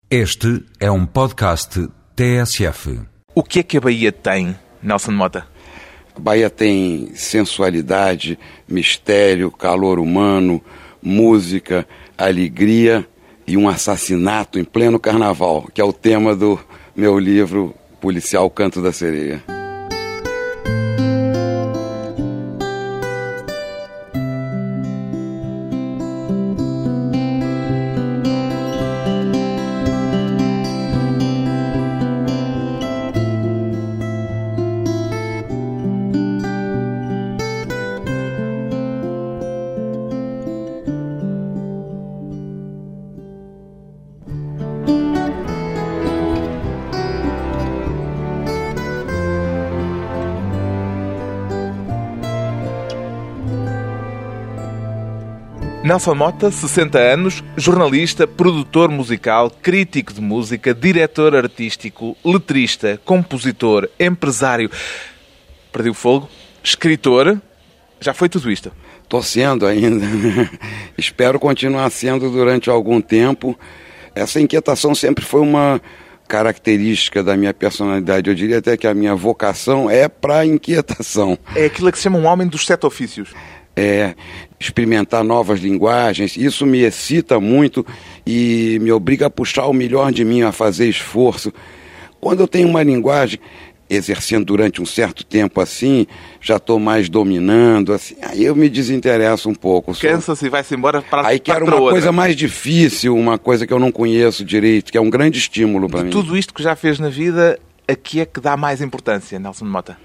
Este é um podcast TSF. O que é que a Bahia tem, Nelson Mota? A Bahia tem sensualidade, mistério, calor humano, música, alegria e um assassinato em pleno carnaval, que é o tema do meu livro policial Canto da Sereia. Nelson Mota, 60 anos, jornalista, produtor musical, crítico de música, diretor artístico, letrista, compositor, empresário. Perdeu o fogo? Escritor? Já foi tudo isto? Estou sendo ainda. Espero continuar sendo durante algum tempo. Essa inquietação sempre foi uma característica da minha personalidade. Eu diria até que a minha vocação é para a inquietação. É aquilo que se chama um homem dos 7 ofícios. Experimentar novas linguagens, isso me excita muito e me obriga a puxar o melhor de mim, a fazer esforço. Quando eu tenho uma linguagem, exercendo durante um certo tempo assim, já estou mais dominando, assim, aí eu me desinteresso um pouco. Cansa-se e vai-se embora para aí quero uma coisa mais difícil, uma coisa que eu não conheço direito, que é um grande estímulo para mim. Tudo isto que já fez na vida, a que é que dá mais importância, Nelson Mota?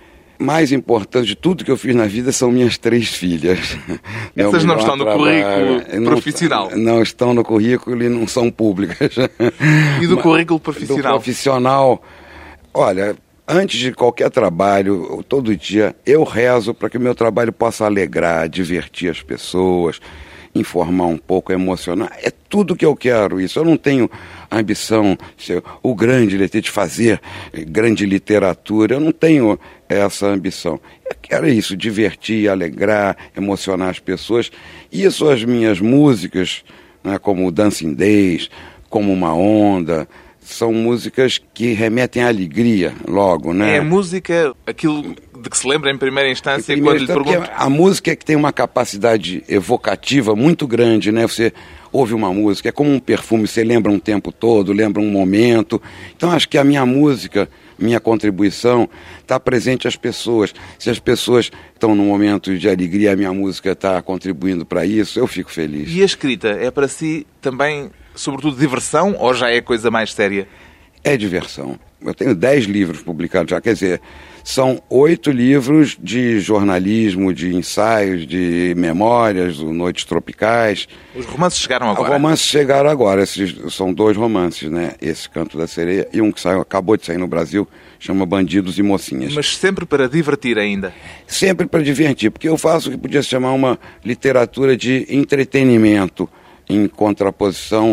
Mais importante de tudo que eu fiz na vida são minhas 3 filhas. Essas não estão no currículo profissional? Não estão no currículo e não são públicas. E do currículo profissional? Do profissional, olha, antes de qualquer trabalho, todo dia, eu rezo para que o meu trabalho possa alegrar, divertir as pessoas, informar um pouco, emocionar. É tudo que eu quero isso. Eu não tenho a ambição de ser o grande leitor, de fazer grande literatura. Eu não tenho essa ambição. Eu quero isso, divertir, alegrar, emocionar as pessoas. Isso as minhas músicas, né, como o Dancing Days, como Uma Onda, são músicas que remetem à alegria logo, né? É música, aquilo de que se lembra em primeira instância quando lhe pergunto. A música é que tem uma capacidade evocativa muito grande, né? Você ouve uma música, é como um perfume, você lembra um tempo todo, lembra um momento. Então acho que a minha música, minha contribuição, está presente às pessoas. Se as pessoas estão num momento de alegria, a minha música está contribuindo para isso, eu fico feliz. E a escrita é para si também, sobretudo, diversão ou já é coisa mais séria? É diversão. Eu tenho 10 livros publicados já, quer dizer, são 8 livros de jornalismo, de ensaios, de memórias, Noites Tropicais. Os romances chegaram agora? Os romances chegaram agora, esses são 2 romances, né? Esse Canto da Sereia e um que acabou de sair no Brasil, chama Bandidos e Mocinhas. Mas sempre para divertir ainda? Sempre para divertir, porque eu faço o que podia se chamar uma literatura de entretenimento, em contraposição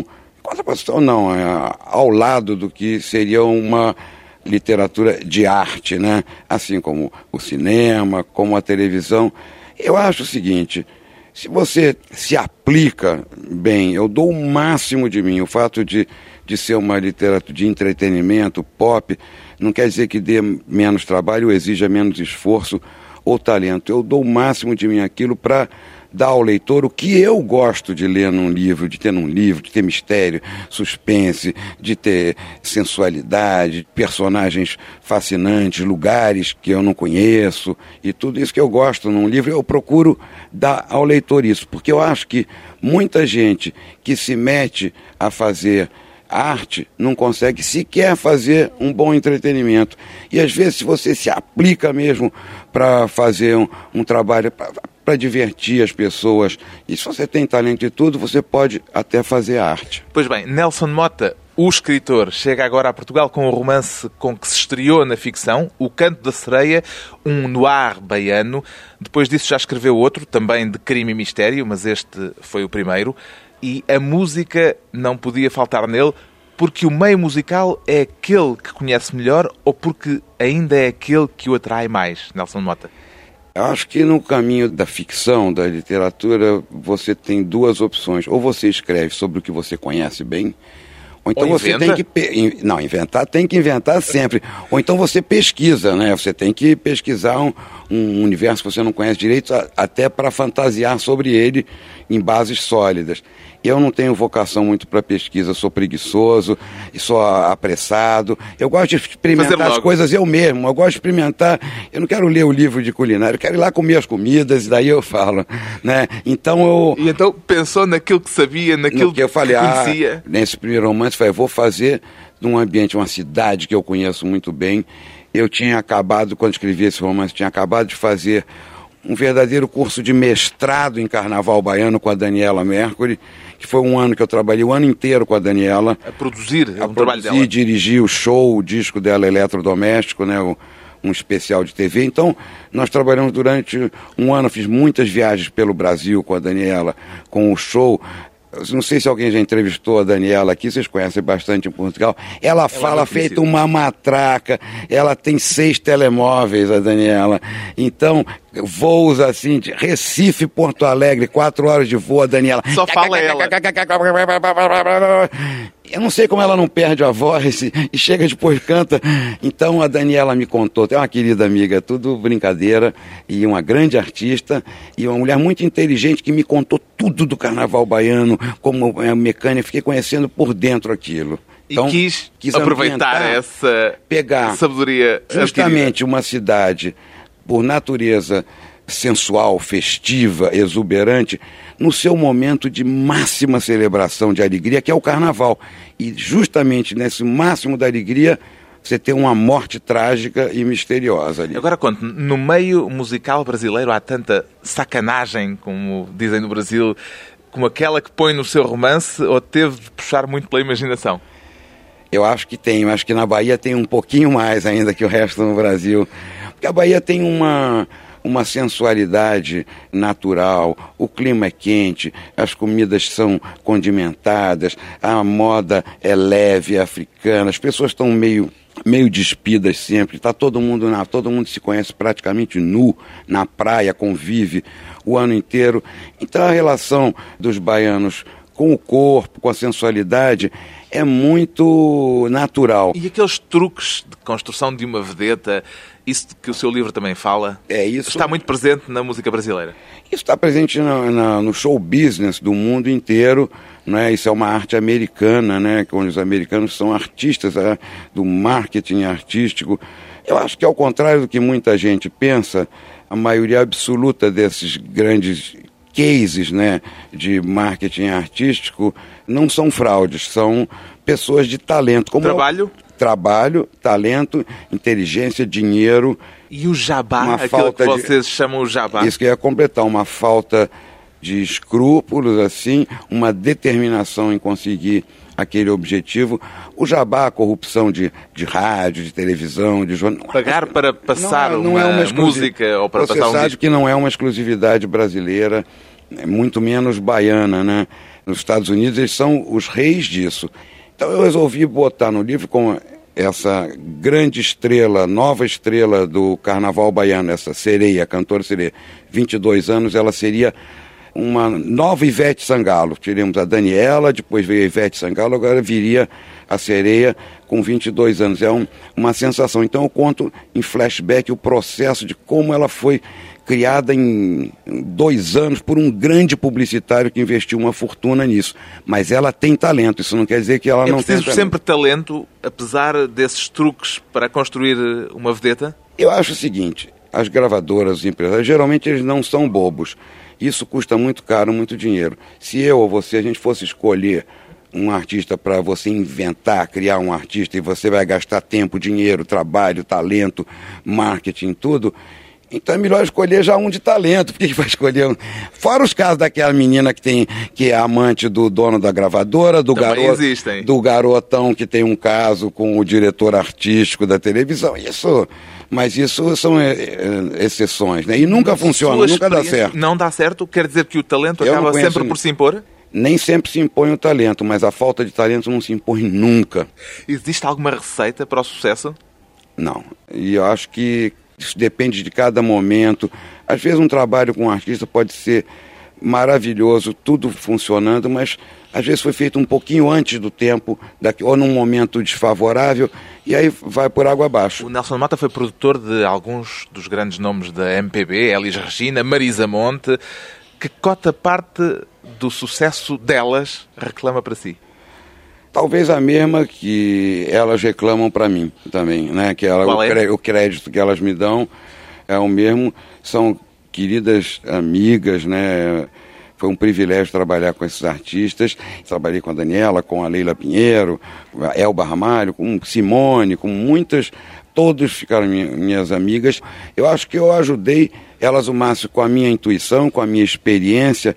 não, ao lado do que seria uma literatura de arte, né? Assim como o cinema, como a televisão. Eu acho o seguinte, se você se aplica bem, eu dou o máximo de mim. O fato de ser uma literatura de entretenimento, pop, não quer dizer que dê menos trabalho ou exija menos esforço ou talento. Eu dou o máximo de mim aquilo para dar ao leitor o que eu gosto de ler num livro, de ter num livro, de ter mistério, suspense, de ter sensualidade, personagens fascinantes, lugares que eu não conheço, e tudo isso que eu gosto num livro, eu procuro dar ao leitor isso, porque eu acho que muita gente que se mete a fazer arte não consegue sequer fazer um bom entretenimento. E às vezes, se você se aplica mesmo para fazer um trabalho para divertir as pessoas, e se você tem talento e tudo, você pode até fazer arte. Pois bem, Nelson Mota, o escritor, chega agora a Portugal com o romance com que se estreou na ficção, O Canto da Sereia, um noir baiano. Depois disso já escreveu outro, também de crime e mistério, mas este foi o primeiro. E a música não podia faltar nele, porque o meio musical é aquele que conhece melhor ou porque ainda é aquele que o atrai mais, Nelson Mota? Eu acho que no caminho da ficção, da literatura, você tem 2 opções. Ou você escreve sobre o que você conhece bem, Ou então Ou você inventa? tem que... Não, inventar tem que inventar sempre. Ou então você pesquisa, né? Você tem que pesquisar um universo que você não conhece direito, até para fantasiar sobre ele em bases sólidas. Eu não tenho vocação muito para pesquisa, sou preguiçoso, sou apressado. Eu gosto de experimentar as coisas eu mesmo, eu gosto de experimentar. Eu não quero ler o livro de culinária, eu quero ir lá comer as comidas e daí eu falo, né? Então E então pensou naquilo que sabia, naquilo que eu falei, conhecia. Nesse primeiro romance, eu falei, vou fazer num ambiente, uma cidade que eu conheço muito bem. Eu tinha acabado, quando escrevi esse romance, tinha acabado de fazer um verdadeiro curso de mestrado em carnaval baiano com a Daniela Mercury, que foi um ano que eu trabalhei o ano inteiro com a Daniela. A produzir, é um trabalho dela. E dirigi o show, o disco dela Eletrodoméstico, né, um especial de TV. Então, nós trabalhamos durante um ano, fiz muitas viagens pelo Brasil com a Daniela, com o show. Não sei se alguém já entrevistou a Daniela aqui, vocês conhecem bastante em Portugal. Ela fala feito uma matraca, ela tem 6 telemóveis, a Daniela. Então, voos assim, de Recife, Porto Alegre, 4 horas de voo, a Daniela. Só fala ela. Eu não sei como ela não perde a voz e chega depois canta. Então a Daniela me contou, é uma querida amiga, tudo brincadeira, e uma grande artista, e uma mulher muito inteligente que me contou tudo do carnaval baiano, como mecânica, fiquei conhecendo por dentro aquilo. Então, e quis aproveitar essa sabedoria justamente adquirida. Uma cidade, por natureza sensual, festiva, exuberante, no seu momento de máxima celebração de alegria, que é o carnaval. E justamente nesse máximo da alegria, você tem uma morte trágica e misteriosa ali. Agora conte, no meio musical brasileiro há tanta sacanagem, como dizem no Brasil, como aquela que põe no seu romance, ou teve de puxar muito pela imaginação? Eu acho que tem, eu acho que na Bahia tem um pouquinho mais ainda que o resto do Brasil. Porque a Bahia tem uma sensualidade natural, o clima é quente, as comidas são condimentadas, a moda é leve, africana, as pessoas estão meio despidas sempre, todo mundo se conhece praticamente nu, na praia, convive o ano inteiro. Então a relação dos baianos com o corpo, com a sensualidade, é muito natural. E aqueles truques de construção de uma vedeta, isso que o seu livro também fala, isso está muito presente na música brasileira? Isso está presente no show business do mundo inteiro, né? Isso é uma arte americana, né? Onde os americanos são artistas do marketing artístico. Eu acho que, ao contrário do que muita gente pensa, a maioria absoluta desses grandes cases, né, de marketing artístico não são fraudes, são pessoas de talento. Trabalho, talento, inteligência, dinheiro. E o jabá, aquilo que vocês chamam o jabá? Isso que eu ia completar, uma falta de escrúpulos, assim, uma determinação em conseguir aquele objetivo. O jabá, a corrupção de rádio, de televisão, de jornal. Pagar para passar uma música ou para passar um disco. Você sabe que não é uma exclusividade brasileira, muito menos baiana, né? Nos Estados Unidos eles são os reis disso. Então eu resolvi botar no livro com essa grande estrela, nova estrela do carnaval baiano, essa sereia, cantora sereia, 22 anos, ela seria uma nova Ivete Sangalo. Tiremos a Daniela, depois veio a Ivete Sangalo, agora viria a sereia com 22 anos. É uma sensação. Então eu conto em flashback o processo de como ela foi criada em 2 anos por um grande publicitário que investiu uma fortuna nisso. Mas ela tem talento, isso não quer dizer que ela não tem talento. É preciso sempre talento, apesar desses truques para construir uma vedeta? Eu acho o seguinte, as gravadoras, os empresários, geralmente eles não são bobos. Isso custa muito caro, muito dinheiro. Se eu ou você, a gente fosse escolher um artista para você inventar, criar um artista, e você vai gastar tempo, dinheiro, trabalho, talento, marketing, tudo, então é melhor escolher já um de talento. Por que vai escolher um? Fora os casos daquela menina que é amante do dono da gravadora, do garotão que tem um caso com o diretor artístico da televisão. Mas isso são exceções, né? E nunca funciona, nunca dá certo. Não dá certo? Quer dizer que o talento acaba sempre por se impor? Nem sempre se impõe o talento, mas a falta de talento não se impõe nunca. Existe alguma receita para o sucesso? Não. E eu acho que isso depende de cada momento. Às vezes um trabalho com um artista pode ser maravilhoso, tudo funcionando, mas às vezes foi feito um pouquinho antes do tempo, ou num momento desfavorável, e aí vai por água abaixo. O Nelson Motta foi produtor de alguns dos grandes nomes da MPB, Elis Regina, Marisa Monte. Que cota parte do sucesso delas reclama para si? Talvez a mesma que elas reclamam para mim também, né? Que o crédito que elas me dão é o mesmo. São queridas amigas, né? Foi um privilégio trabalhar com esses artistas. Trabalhei com a Daniela, com a Leila Pinheiro, a Elba Ramalho, com Simone, com muitas. Todos ficaram minhas amigas. Eu acho que eu ajudei elas o máximo com a minha intuição, com a minha experiência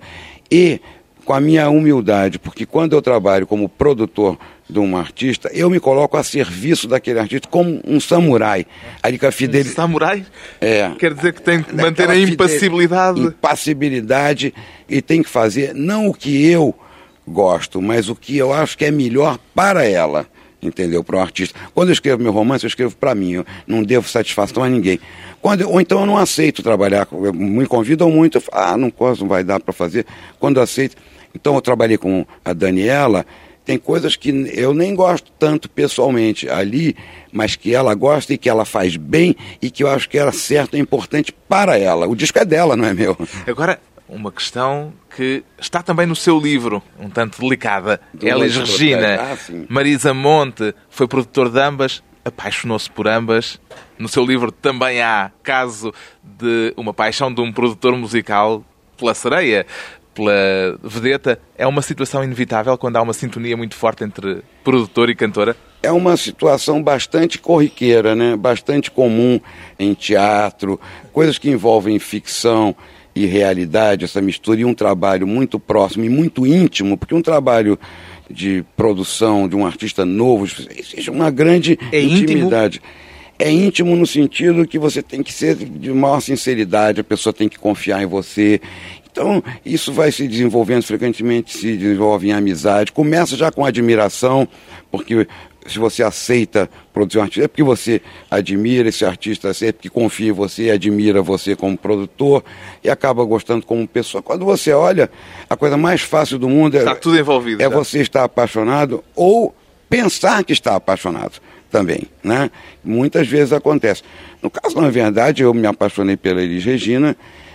e com a minha humildade, porque quando eu trabalho como produtor de um artista, eu me coloco a serviço daquele artista como um samurai. Ali com a fidelidade. Samurai? É. Quer dizer que tem que manter a impassibilidade. Impassibilidade, e tem que fazer não o que eu gosto, mas o que eu acho que é melhor para ela. Entendeu? Para um artista. Quando eu escrevo meu romance, eu escrevo para mim. Eu não devo satisfação a ninguém. Ou então eu não aceito trabalhar. Me convidam muito. Eu falo, não posso, não vai dar para fazer. Quando eu aceito. Então eu trabalhei com a Daniela. Tem coisas que eu nem gosto tanto pessoalmente ali, mas que ela gosta e que ela faz bem e que eu acho que era certo e importante para ela. O disco é dela, não é meu. Agora, uma questão que está também no seu livro, um tanto delicada. Elis Regina, Marisa Monte, foi produtor de ambas, apaixonou-se por ambas. No seu livro também há caso de uma paixão de um produtor musical pela sereia, pela vedeta. É uma situação inevitável quando há uma sintonia muito forte entre produtor e cantora? É uma situação bastante corriqueira, né? Bastante comum em teatro, coisas que envolvem ficção e realidade, essa mistura, e um trabalho muito próximo e muito íntimo, porque um trabalho de produção de um artista novo exige uma grande intimidade. Íntimo? É íntimo no sentido que você tem que ser de maior sinceridade, a pessoa tem que confiar em você. Então, isso vai se desenvolvendo frequentemente, se desenvolve em amizade, começa já com admiração, porque se você aceita produzir um artista, é porque você admira esse artista, é porque confia em você e admira você como produtor e acaba gostando como pessoa. Quando você olha, a coisa mais fácil do mundo está tudo envolvido, você estar apaixonado ou pensar que está apaixonado também, né? Muitas vezes acontece. No caso, na verdade, eu me apaixonei pela Elis Regina,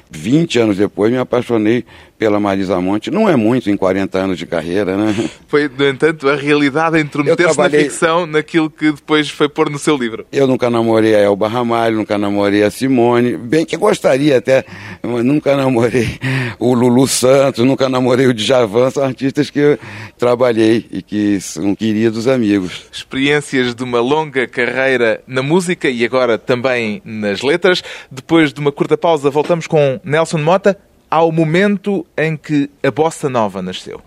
20 anos depois me apaixonei pela Marisa Monte. Não é muito em 40 anos de carreira, né? Foi, no entanto, a realidade intrometer-se na ficção naquilo que depois foi pôr no seu livro. Eu nunca namorei a Elba Ramalho, nunca namorei a Simone, bem que gostaria até, mas nunca namorei o Lulu Santos, nunca namorei o Djavan, são artistas que eu trabalhei e que são queridos amigos. Experiências de uma longa carreira na música e agora também nas letras. Depois de uma curta pausa, voltamos com Nelson Motta ao momento em que a bossa nova nasceu.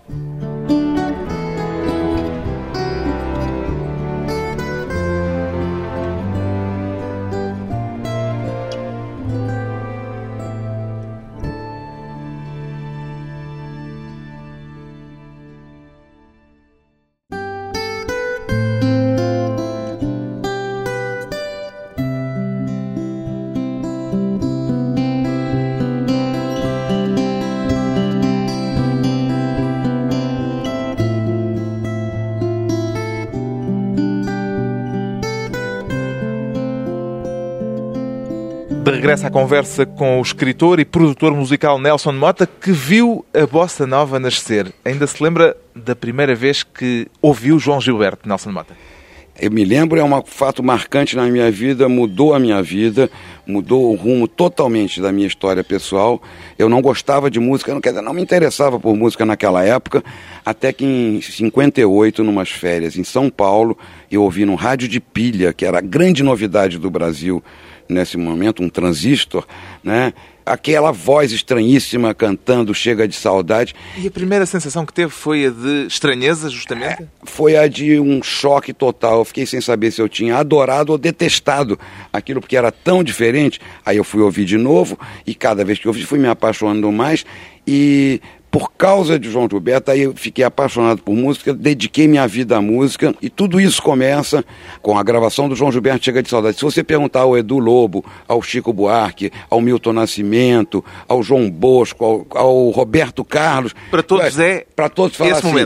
De regresso à conversa com o escritor e produtor musical Nelson Motta, que viu a bossa nova nascer. Ainda se lembra da primeira vez que ouviu João Gilberto, Nelson Motta? Eu me lembro, é um fato marcante na minha vida, mudou a minha vida, mudou o rumo totalmente da minha história pessoal. Eu não gostava de música, não me interessava por música naquela época, até que em 58, numas férias em São Paulo, eu ouvi num rádio de pilha, que era a grande novidade do Brasil nesse momento, um transistor, né? Aquela voz estranhíssima cantando Chega de Saudade. E a primeira sensação que teve foi a de estranheza, justamente? Foi a de um choque total. Eu fiquei sem saber se eu tinha adorado ou detestado aquilo, porque era tão diferente. Aí eu fui ouvir de novo, e cada vez que eu ouvi, fui me apaixonando mais. E por causa de João Gilberto, aí eu fiquei apaixonado por música, dediquei minha vida à música, e tudo isso começa com a gravação do João Gilberto Chega de Saudade. Se você perguntar ao Edu Lobo, ao Chico Buarque, ao Milton Nascimento, ao João Bosco, ao Roberto Carlos... Para todos para todos falar esse assim, momento.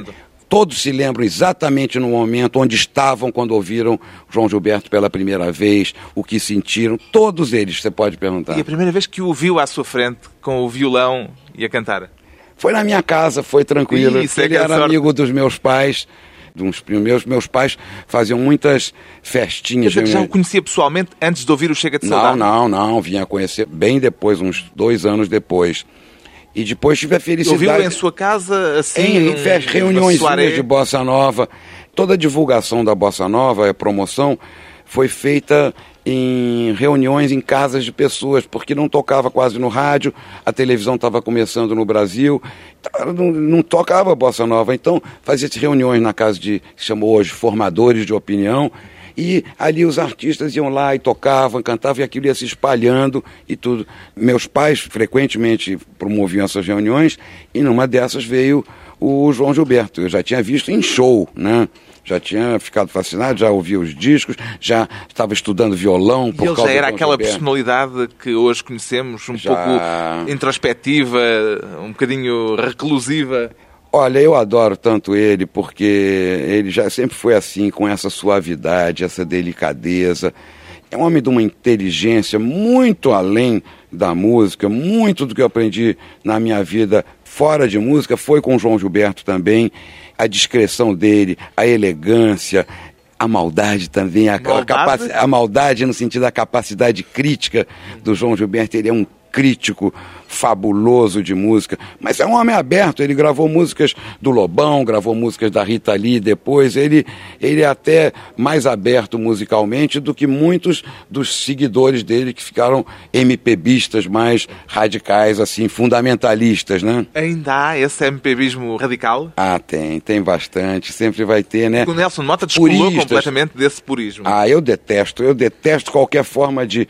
Todos se lembram exatamente no momento onde estavam quando ouviram João Gilberto pela primeira vez, o que sentiram, todos eles, você pode perguntar. E a primeira vez que o viu à sua frente, com o violão e a cantar? Foi na minha casa, foi tranquilo. Ele era amigo dos meus pais, meus pais faziam muitas festinhas. Quer dizer, já o conhecia pessoalmente antes de ouvir o Chega de Saudade? Não, vinha conhecer bem depois, uns 2 anos depois. E depois tive a felicidade... Ouviu em sua casa, assim, em reuniões de Bossa Nova. Toda a divulgação da Bossa Nova, a promoção, foi feita em reuniões em casas de pessoas, porque não tocava quase no rádio, a televisão estava começando no Brasil, não tocava Bossa Nova. Então, fazia-se reuniões na casa que chamou hoje formadores de opinião, e ali os artistas iam lá e tocavam, cantavam, e aquilo ia se espalhando e tudo. Meus pais frequentemente promoviam essas reuniões, e numa dessas veio o João Gilberto. Eu já tinha visto em show, né? Já tinha ficado fascinado, já ouvia os discos, já estava estudando violão. E ele já era aquela personalidade que hoje conhecemos, pouco introspectiva, um bocadinho reclusiva. Olha, eu adoro tanto ele, porque ele já sempre foi assim, com essa suavidade, essa delicadeza. É um homem de uma inteligência muito além da música. Muito do que eu aprendi na minha vida fora de música foi com o João Gilberto também. A discrição dele, a elegância, a maldade também, a maldade no sentido da capacidade crítica do João Gilberto. Ele é um crítico fabuloso de música, mas é um homem aberto. Ele gravou músicas do Lobão, gravou músicas da Rita Lee depois. Ele é até mais aberto musicalmente do que muitos dos seguidores dele que ficaram MPBistas mais radicais, assim, fundamentalistas, né? Ainda há esse MPBismo radical? Ah, tem bastante, sempre vai ter, né? O Nelson Mota descolou completamente desse purismo. Ah, eu detesto qualquer forma de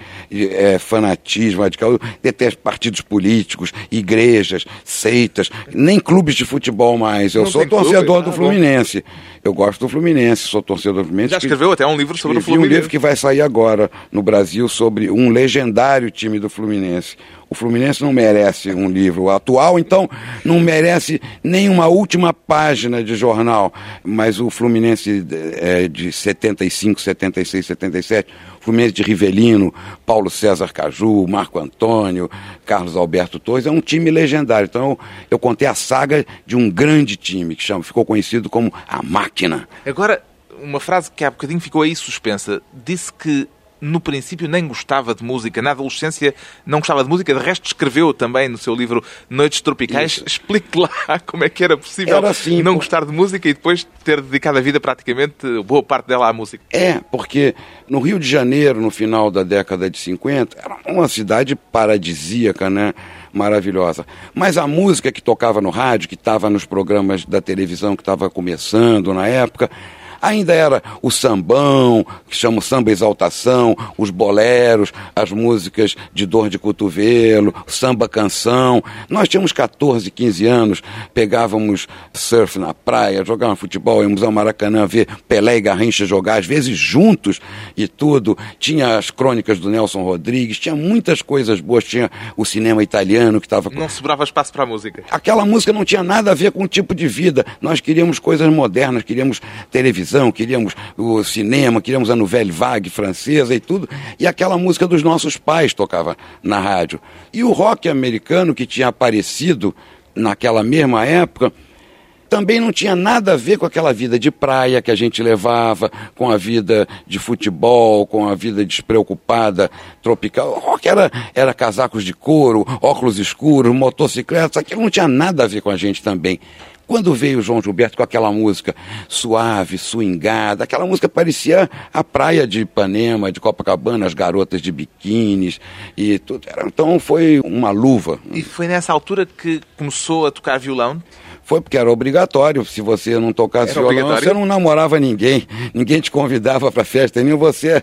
fanatismo radical. Eu detesto partidos políticos, igrejas, seitas, nem clubes de futebol mais. Eu sou torcedor do Fluminense. Eu gosto do Fluminense, sou torcedor do Fluminense. Já escreveu até um livro sobre o Fluminense. Um livro que vai sair agora no Brasil sobre um legendário time do Fluminense. O Fluminense não merece um livro atual, então não merece nem uma última página de jornal. Mas o Fluminense de 75, 76, 77, o Fluminense de Rivelino, Paulo César Caju, Marco Antônio, Carlos Alberto Torres, é um time legendário. Então eu contei a saga de um grande time que ficou conhecido como a Máquina. Agora, uma frase que há bocadinho ficou aí suspensa. Disse que no princípio nem gostava de música, na adolescência não gostava de música, de resto escreveu também no seu livro Noites Tropicais. Isso. Explique lá como é que era possível não gostar de música e depois ter dedicado a vida praticamente boa parte dela à música. Porque no Rio de Janeiro, no final da década de 50, era uma cidade paradisíaca, né? Maravilhosa. Mas a música que tocava no rádio, que estava nos programas da televisão que estava começando na época, ainda era o sambão, que chama samba exaltação, os boleros, as músicas de dor de cotovelo, samba canção. Nós tínhamos 14, 15 anos, pegávamos surf na praia, jogávamos futebol, íamos ao Maracanã ver Pelé e Garrincha jogar, às vezes juntos e tudo. Tinha as crônicas do Nelson Rodrigues, tinha muitas coisas boas, tinha o cinema italiano que estava... Não sobrava espaço para a música. Aquela música não tinha nada a ver com o tipo de vida. Nós queríamos coisas modernas, queríamos televisão, queríamos o cinema, queríamos a Nouvelle Vague francesa e tudo, e aquela música dos nossos pais tocava na rádio. E o rock americano que tinha aparecido naquela mesma época também não tinha nada a ver com aquela vida de praia que a gente levava, com a vida de futebol, com a vida despreocupada, tropical. O rock era casacos de couro, óculos escuros, motocicletas, aquilo não tinha nada a ver com a gente também. Quando veio o João Gilberto com aquela música suave, swingada, aquela música parecia a praia de Ipanema, de Copacabana, as garotas de biquínis e tudo. Então foi uma luva. E foi nessa altura que começou a tocar violão? Foi porque era obrigatório. Se você não tocasse violão, você não namorava ninguém. Ninguém te convidava para festa, nem você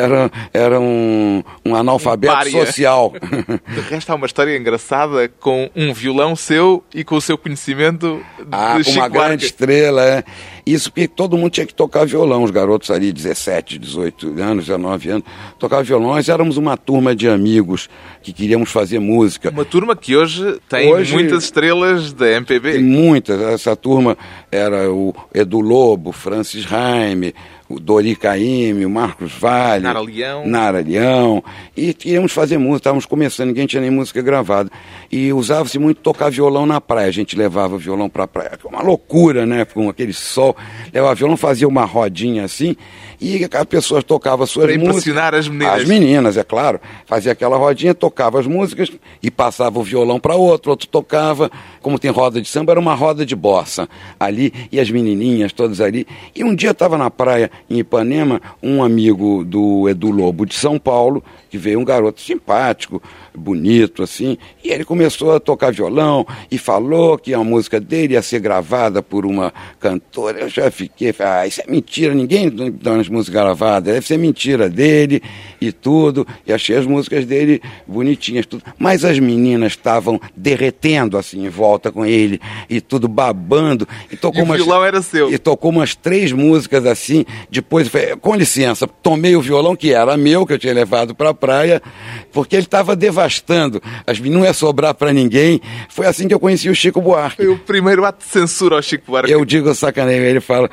era um analfabeto social. De resto, há uma história engraçada com um violão seu e com o seu conhecimento de com uma grande estrela. Isso porque todo mundo tinha que tocar violão, os garotos ali, 17, 18 anos, 19 anos, tocavam violão. Nós éramos uma turma de amigos que queríamos fazer música. Uma turma que hoje tem muitas estrelas da MPB. Tem muitas. Essa turma era o Edu Lobo, Francis Raime, o Dori Caymmi, o Marcos Valle, Nara Leão, e queríamos fazer música, estávamos começando, ninguém tinha nem música gravada, e usava-se muito tocar violão na praia, a gente levava violão para a praia, uma loucura, né, com aquele sol, levava violão, fazia uma rodinha assim, e as pessoas tocavam suas músicas. Para impressionar as meninas. As meninas, é claro, fazia aquela rodinha, tocava as músicas, e passava o violão para outro tocava, como tem roda de samba, era uma roda de bossa ali, e as menininhas todas ali, e um dia estava na praia, em Ipanema, um amigo do Edu Lobo de São Paulo, que veio, um garoto simpático, bonito, assim, e ele começou a tocar violão e falou que a música dele ia ser gravada por uma cantora. Eu já fiquei, isso é mentira, ninguém dá as músicas gravadas, deve ser mentira dele e tudo, e achei as músicas dele bonitinhas, tudo. Mas as meninas estavam derretendo, assim, em volta com ele, e tudo babando, e tocou o violão era seu. E tocou umas 3 músicas, assim, depois, com licença, tomei o violão, que era meu, que eu tinha levado para a praia, porque ele estava devastando, não ia sobrar para ninguém. Foi assim que eu conheci o Chico Buarque. Foi o primeiro ato de censura ao Chico Buarque. Eu digo sacaneio, ele fala,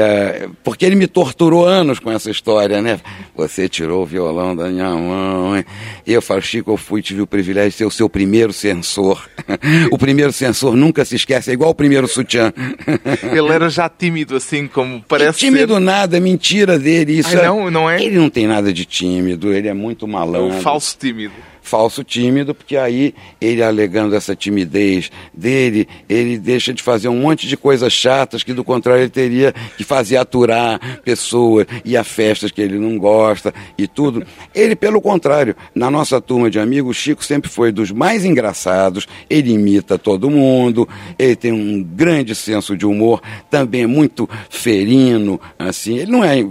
porque ele me torturou anos com essa história, né? Você tirou o violão da minha mão, hein? E eu falo, Chico, tive o privilégio de ser o seu primeiro censor. O primeiro censor nunca se esquece, é igual o primeiro sutiã. Ele era já tímido, assim como parece tímido ser. Nada, mentira dele. Isso não é? Ele não tem nada de tímido, ele é muito malandro. É um falso tímido. Falso tímido, porque aí ele, alegando essa timidez dele, ele deixa de fazer um monte de coisas chatas que, do contrário, ele teria que fazer aturar pessoas, ir a festas que ele não gosta e tudo. Ele, pelo contrário, na nossa turma de amigos, Chico sempre foi dos mais engraçados, ele imita todo mundo, ele tem um grande senso de humor, também é muito ferino, assim, ele não é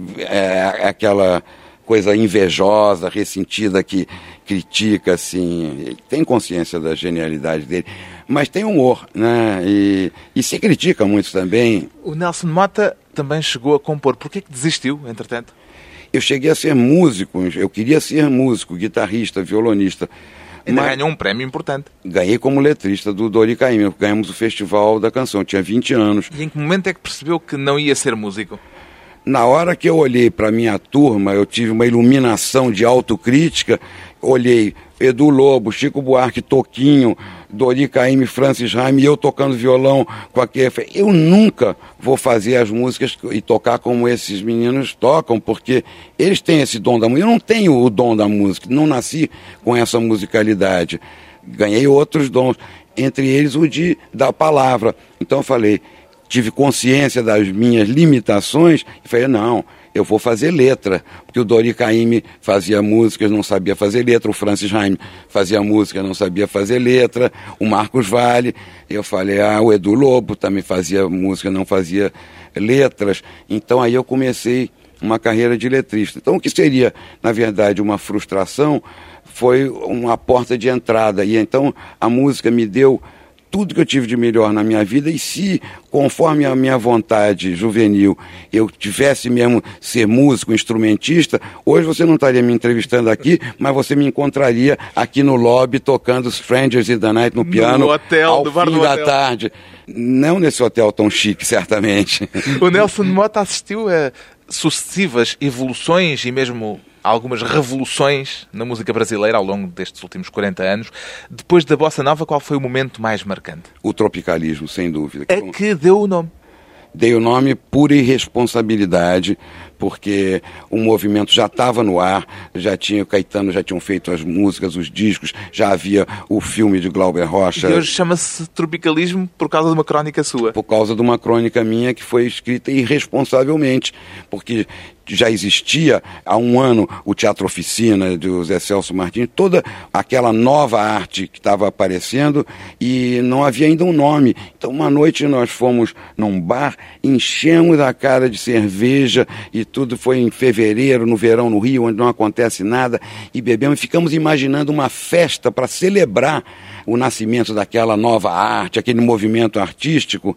aquela coisa invejosa, ressentida que critica, assim, ele tem consciência da genialidade dele, mas tem humor, né, e se critica muito também. O Nelson Motta também chegou a compor, por que desistiu, entretanto? Eu cheguei a ser músico, eu queria ser músico, guitarrista, violonista. Ainda ganhou um prémio importante. Ganhei como letrista do Dori Caymmi, ganhamos o Festival da Canção, eu tinha 20 anos. E em que momento é que percebeu que não ia ser músico? Na hora que eu olhei para a minha turma, eu tive uma iluminação de autocrítica, olhei Edu Lobo, Chico Buarque, Toquinho, Dori Caymmi, Francis Raime, e eu tocando violão com aquele. Eu nunca vou fazer as músicas e tocar como esses meninos tocam, porque eles têm esse dom da música. Eu não tenho o dom da música, não nasci com essa musicalidade. Ganhei outros dons, entre eles o da palavra. Então eu falei, tive consciência das minhas limitações e falei, não, eu vou fazer letra, porque o Dori Caymmi fazia músicas, não sabia fazer letra, o Francis Raime fazia música, não sabia fazer letra, o Marcos Valle, eu falei, o Edu Lobo também fazia música, não fazia letras, então aí eu comecei uma carreira de letrista. Então o que seria, na verdade, uma frustração, foi uma porta de entrada, e então a música me deu tudo que eu tive de melhor na minha vida, e se, conforme a minha vontade juvenil, eu tivesse mesmo ser músico, instrumentista, hoje você não estaria me entrevistando aqui, mas você me encontraria aqui no lobby tocando Strangers in the Night no piano, ao fim da tarde. Não nesse hotel tão chique, certamente. O Nelson Motta assistiu a sucessivas evoluções e mesmo algumas revoluções na música brasileira ao longo destes últimos 40 anos. Depois da Bossa Nova, qual foi o momento mais marcante? O tropicalismo, sem dúvida. Que deu o nome. Dei o nome pura irresponsabilidade, porque o movimento já estava no ar, o Caetano já tinham feito as músicas, os discos, já havia o filme de Glauber Rocha. E hoje chama-se tropicalismo por causa de uma crónica sua. Por causa de uma crônica minha que foi escrita irresponsavelmente, porque já existia há um ano o Teatro Oficina do Zé Celso Martins, toda aquela nova arte que estava aparecendo e não havia ainda um nome. Então uma noite nós fomos num bar, enchemos a cara de cerveja e tudo, foi em fevereiro, no verão no Rio, onde não acontece nada, e bebemos e ficamos imaginando uma festa para celebrar o nascimento daquela nova arte, aquele movimento artístico.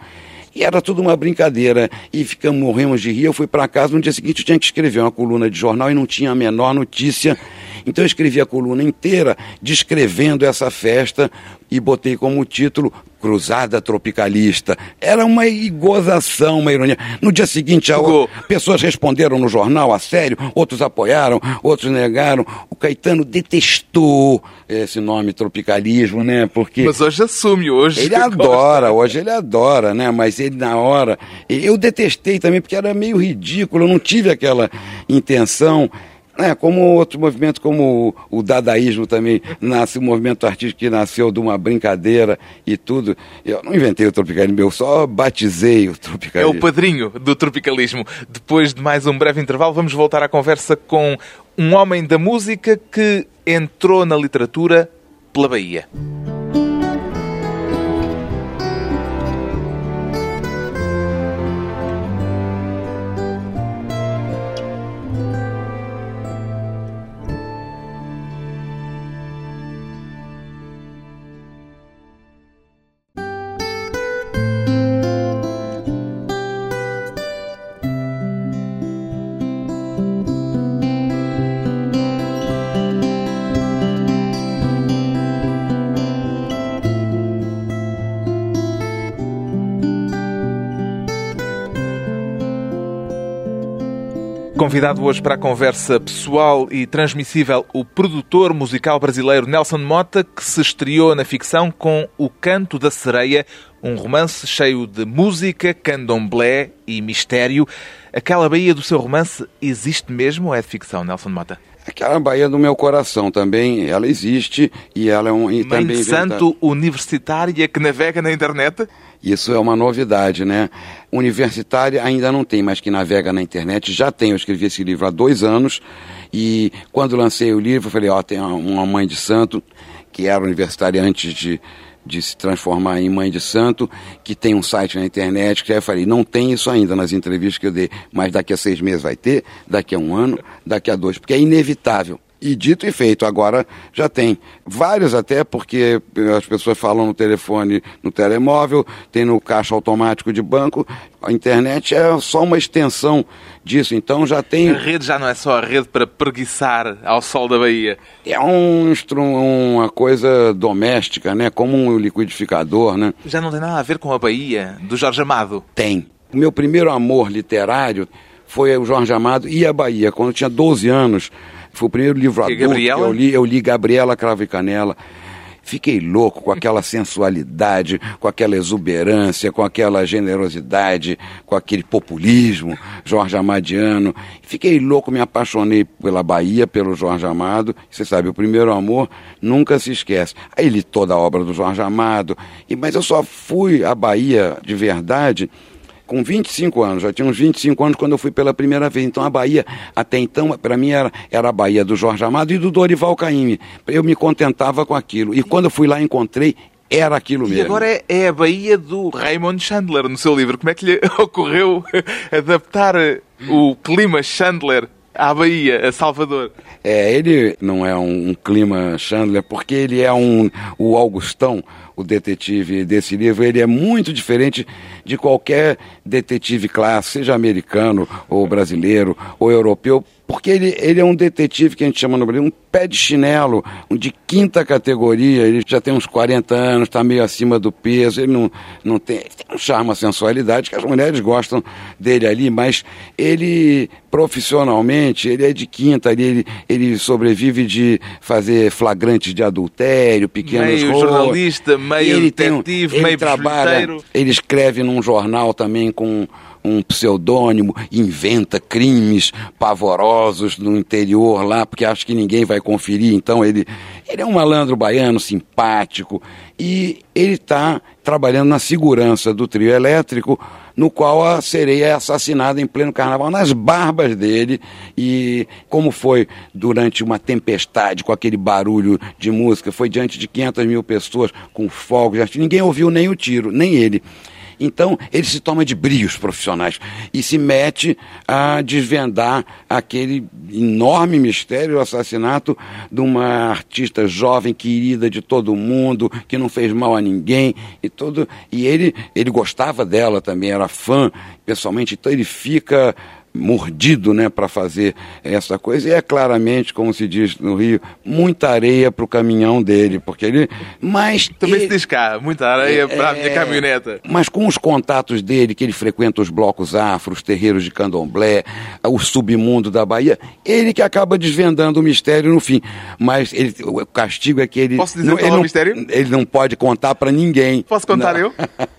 E era tudo uma brincadeira. E morremos de rir. Eu fui para casa, no dia seguinte eu tinha que escrever uma coluna de jornal e não tinha a menor notícia. Então eu escrevi a coluna inteira descrevendo essa festa e botei como título Cruzada Tropicalista. Era uma gozação, uma ironia. No dia seguinte, pessoas responderam no jornal a sério, outros apoiaram, outros negaram. O Caetano detestou esse nome tropicalismo, né? Porque mas hoje assume, hoje hoje ele adora, né? Mas ele na hora... Eu detestei também, porque era meio ridículo, eu não tive aquela intenção... como outro movimento, como o dadaísmo também, um movimento artístico que nasceu de uma brincadeira e tudo. Eu não inventei o tropicalismo, eu só batizei o tropicalismo. É o padrinho do tropicalismo. Depois de mais um breve intervalo, vamos voltar à conversa com um homem da música que entrou na literatura pela Bahia. Convidado hoje para a conversa pessoal e transmissível, o produtor musical brasileiro Nelson Motta, que se estreou na ficção com O Canto da Sereia, um romance cheio de música, candomblé e mistério. Aquela Bahia do seu romance existe mesmo ou é de ficção, Nelson Motta? Aquela Bahia do meu coração também, ela existe e ela é Mãe também de santo universitária que navega na internet? Isso é uma novidade, né? Universitária ainda não tem, mas que navega na internet já tem. Eu escrevi esse livro há 2 anos e quando lancei o livro, eu falei, tem uma mãe de santo que era universitária antes de se transformar em mãe de santo, que tem um site na internet, que aí eu falei, não tem isso ainda nas entrevistas que eu dei, mas daqui a 6 meses vai ter, daqui a 1 ano, daqui a 2, porque é inevitável. E dito e feito, agora já tem vários até, porque as pessoas falam no telefone, no telemóvel, tem no caixa automático de banco, a internet é só uma extensão disso, então já tem... A rede já não é só a rede para preguiçar ao sol da Bahia. É uma coisa doméstica, né, como um liquidificador, né. Já não tem nada a ver com a Bahia, do Jorge Amado? Tem. O meu primeiro amor literário foi o Jorge Amado e a Bahia, quando eu tinha 12 anos... Foi o primeiro livro adulto que eu li Gabriela Cravo e Canela. Fiquei louco com aquela sensualidade, com aquela exuberância, com aquela generosidade, com aquele populismo Jorge Amadiano. Fiquei louco, me apaixonei pela Bahia, pelo Jorge Amado. Você sabe, o primeiro amor nunca se esquece. Aí li toda a obra do Jorge Amado, mas eu só fui à Bahia de verdade... com 25 anos, já tinha uns 25 anos quando eu fui pela primeira vez. Então a Bahia, até então, para mim era a Bahia do Jorge Amado e do Dorival Caymmi. Eu me contentava com aquilo. E quando eu fui lá encontrei, era aquilo mesmo. E agora é a Bahia do Raymond Chandler no seu livro. Como é que lhe ocorreu adaptar o clima Chandler à Bahia, a Salvador? Ele não é um clima Chandler, porque ele é o Augustão, o detetive desse livro. Ele é muito diferente de qualquer detetive clássico, seja americano, ou brasileiro, ou europeu, porque ele é um detetive que a gente chama no Brasil um pé de chinelo, de 5ª categoria. Ele já tem uns 40 anos, está meio acima do peso, ele não tem um charme, uma sensualidade que as mulheres gostam dele ali, mas ele profissionalmente, ele é de quinta, ele sobrevive de fazer flagrantes de adultério, pequenos meio roubos. Jornalista, meio detetive, meio trabalha, ele escreve num jornal também com um pseudônimo, inventa crimes pavorosos no interior lá, porque acha que ninguém vai conferir. Então ele é um malandro baiano, simpático, e ele está trabalhando na segurança do trio elétrico, no qual a sereia é assassinada em pleno carnaval, nas barbas dele. E como foi durante uma tempestade, com aquele barulho de música, foi diante de 500 mil pessoas, com fogos, ninguém ouviu nem o tiro, nem ele. Então, ele se toma de brios profissionais e se mete a desvendar aquele enorme mistério, o assassinato de uma artista jovem, querida de todo mundo, que não fez mal a ninguém e ele gostava dela também, era fã pessoalmente, então ele fica mordido, né, para fazer essa coisa, e é claramente, como se diz no Rio, muita areia para o caminhão dele, porque ele... Mas também se diz cá, muita areia para a minha caminhoneta. Mas com os contatos dele, que ele frequenta os blocos afro, os terreiros de candomblé, o submundo da Bahia, ele que acaba desvendando o mistério no fim. Mas o castigo é que ele... Posso dizer qual é o mistério? Ele não pode contar para ninguém. Posso contar eu?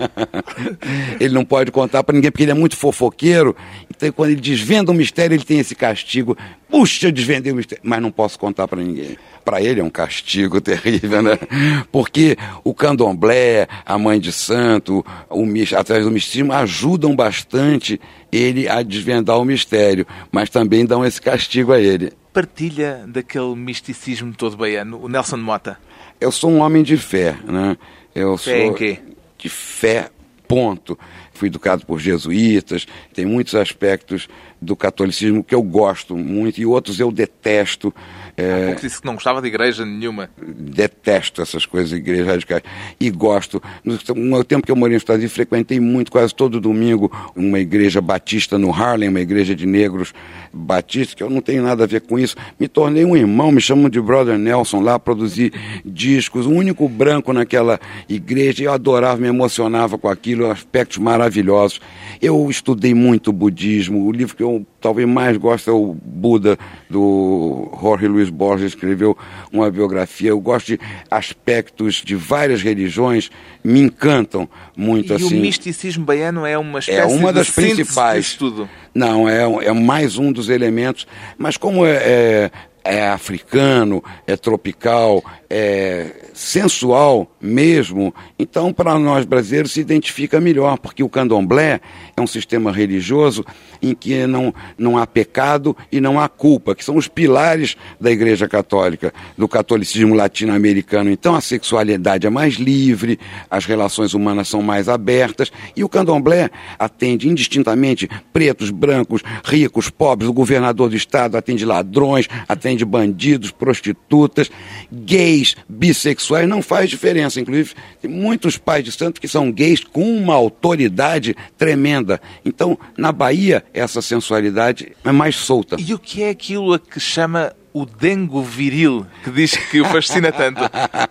Ele não pode contar para ninguém, porque ele é muito fofoqueiro. Então, quando ele desvenda um mistério, ele tem esse castigo. Puxa, eu desvendei o mistério, mas não posso contar para ninguém. Para ele é um castigo terrível, né? Porque o candomblé, a mãe de santo, através do misticismo, ajudam bastante ele a desvendar o mistério, mas também dão esse castigo a ele. Partilha daquele misticismo todo baiano, o Nelson Motta? Eu sou um homem de fé, né? Fé em quê? De fé, ponto. Fui educado por jesuítas, tem muitos aspectos do catolicismo que eu gosto muito e outros eu detesto. Há pouco disse que não gostava de igreja nenhuma. Detesto essas coisas, igrejas radicais. E gosto. No tempo que eu morei nos Estados Unidos, frequentei muito, quase todo domingo, uma igreja batista no Harlem, uma igreja de negros batistas, que eu não tenho nada a ver com isso. Me tornei um irmão, me chamam de Brother Nelson lá, produzi discos, o único branco naquela igreja. Eu adorava, me emocionava com aquilo, aspectos maravilhosos. Eu estudei muito budismo. O livro que eu talvez mais gosto é o Buda, do Jorge Luis Borges, escreveu uma biografia. Eu gosto de aspectos de várias religiões, me encantam muito. E o misticismo baiano é uma espécie uma das de síntese principais. disso tudo? Não, é mais um dos elementos, mas como é africano, é tropical, é sensual mesmo, então para nós brasileiros se identifica melhor, porque o candomblé é um sistema religioso em que não há pecado e não há culpa, que são os pilares da Igreja Católica, do catolicismo latino-americano. Então a sexualidade é mais livre, as relações humanas são mais abertas, e o candomblé atende indistintamente pretos, brancos, ricos, pobres, o governador do estado atende ladrões, atende bandidos, prostitutas, gays, bissexuais, não faz diferença. Inclusive, tem muitos pais de santo que são gays com uma autoridade tremenda. Então, na Bahia, essa sensualidade é mais solta. E o que é aquilo a que chama o dengo viril, que diz que o fascina tanto?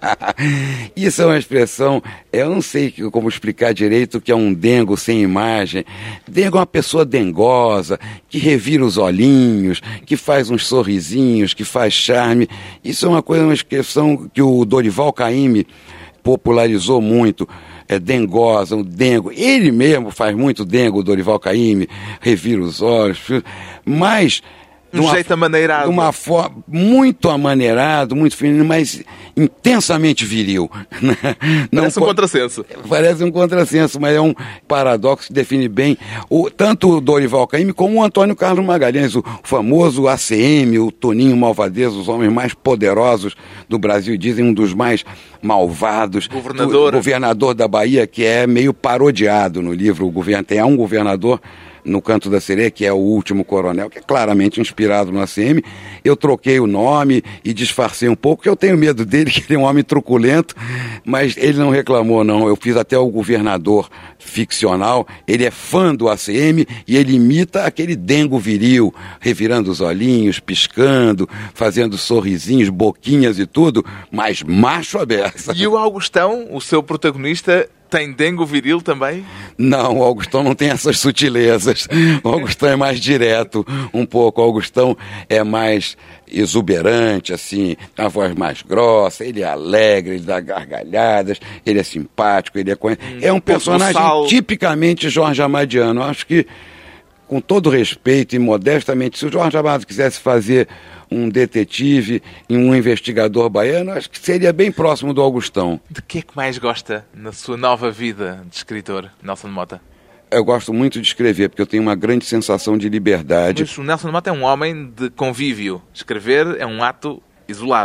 Isso é uma expressão, eu não sei como explicar direito o que é um dengo sem imagem. Dengo é uma pessoa dengosa, que revira os olhinhos, que faz uns sorrisinhos, que faz charme. Isso é uma expressão que o Dorival Caymmi popularizou muito. É dengosa, um dengo. Ele mesmo faz muito dengo, o Dorival Caymmi, revira os olhos, mas... De um jeito amaneirado. De uma forma muito amaneirado, muito fino, mas intensamente viril. Parece um contrassenso. Parece um contrassenso, mas é um paradoxo que define bem tanto o Dorival Caymmi como o Antônio Carlos Magalhães, o famoso ACM, o Toninho Malvadez, os homens mais poderosos do Brasil, dizem um dos mais malvados. Governador da Bahia, que é meio parodiado no livro. Tem um governador no Canto da Sereia, que é o último coronel, que é claramente inspirado no ACM. Eu troquei o nome e disfarcei um pouco, porque eu tenho medo dele, que ele é um homem truculento, mas ele não reclamou, não. Eu fiz até o governador ficcional, ele é fã do ACM e ele imita aquele dengo viril, revirando os olhinhos, piscando, fazendo sorrisinhos, boquinhas e tudo, mas macho aberto. E o Augustão, o seu protagonista, tem dengo viril também? Não, o Augustão não tem essas sutilezas. O Augustão é mais direto um pouco. O Augustão é mais exuberante, assim, tem uma voz mais grossa, ele é alegre, ele dá gargalhadas, ele é simpático, ele é um personagem tipicamente Jorge Amadiano. Acho que, com todo respeito e modestamente, se o Jorge Amado quisesse fazer um detetive e um investigador baiano, acho que seria bem próximo do Augustão. De que é que mais gosta na sua nova vida de escritor, Nelson Motta? Eu gosto muito de escrever, porque eu tenho uma grande sensação de liberdade. Mas o Nelson Motta é um homem de convívio. Escrever é um ato isolado.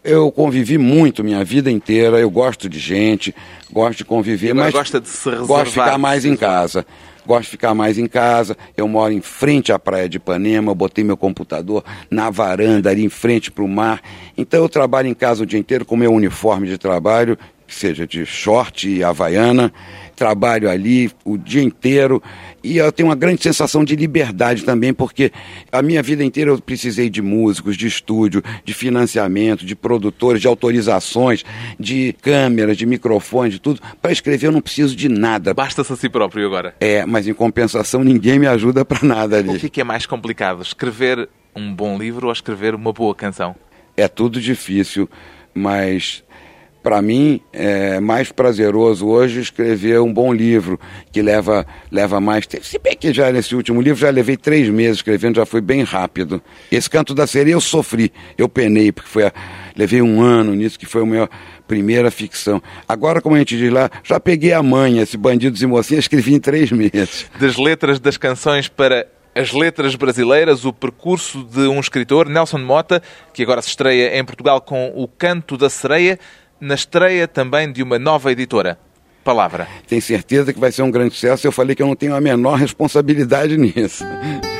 Eu convivi muito minha vida inteira, eu gosto de gente, gosto de conviver, mas gosto de se reservar, gosto de ficar mais em casa. Gosto de ficar mais em casa, eu moro em frente à praia de Ipanema, eu botei meu computador na varanda ali em frente para o mar. Então eu trabalho em casa o dia inteiro com meu uniforme de trabalho, seja de short e havaiana, trabalho ali o dia inteiro e eu tenho uma grande sensação de liberdade também, porque a minha vida inteira eu precisei de músicos, de estúdio, de financiamento, de produtores, de autorizações, de câmeras, de microfones, de tudo. Para escrever eu não preciso de nada. Basta-se a si próprio agora. Mas em compensação ninguém me ajuda para nada ali. O que é mais complicado, escrever um bom livro ou escrever uma boa canção? É tudo difícil, mas para mim é mais prazeroso hoje escrever um bom livro, que leva mais tempo. Se bem que já nesse último livro já levei 3 meses escrevendo, já foi bem rápido. Esse Canto da Sereia eu sofri, eu penei, porque levei 1 ano nisso, que foi a minha primeira ficção. Agora, como a gente diz lá, já peguei a manha, esse Bandidos e Mocinhas, escrevi em 3 meses. Das letras das canções para as letras brasileiras, o percurso de um escritor, Nelson Motta, que agora se estreia em Portugal com O Canto da Sereia, na estreia também de uma nova editora, Palavra. Tenho certeza que vai ser um grande sucesso. Eu falei que eu não tenho a menor responsabilidade nisso.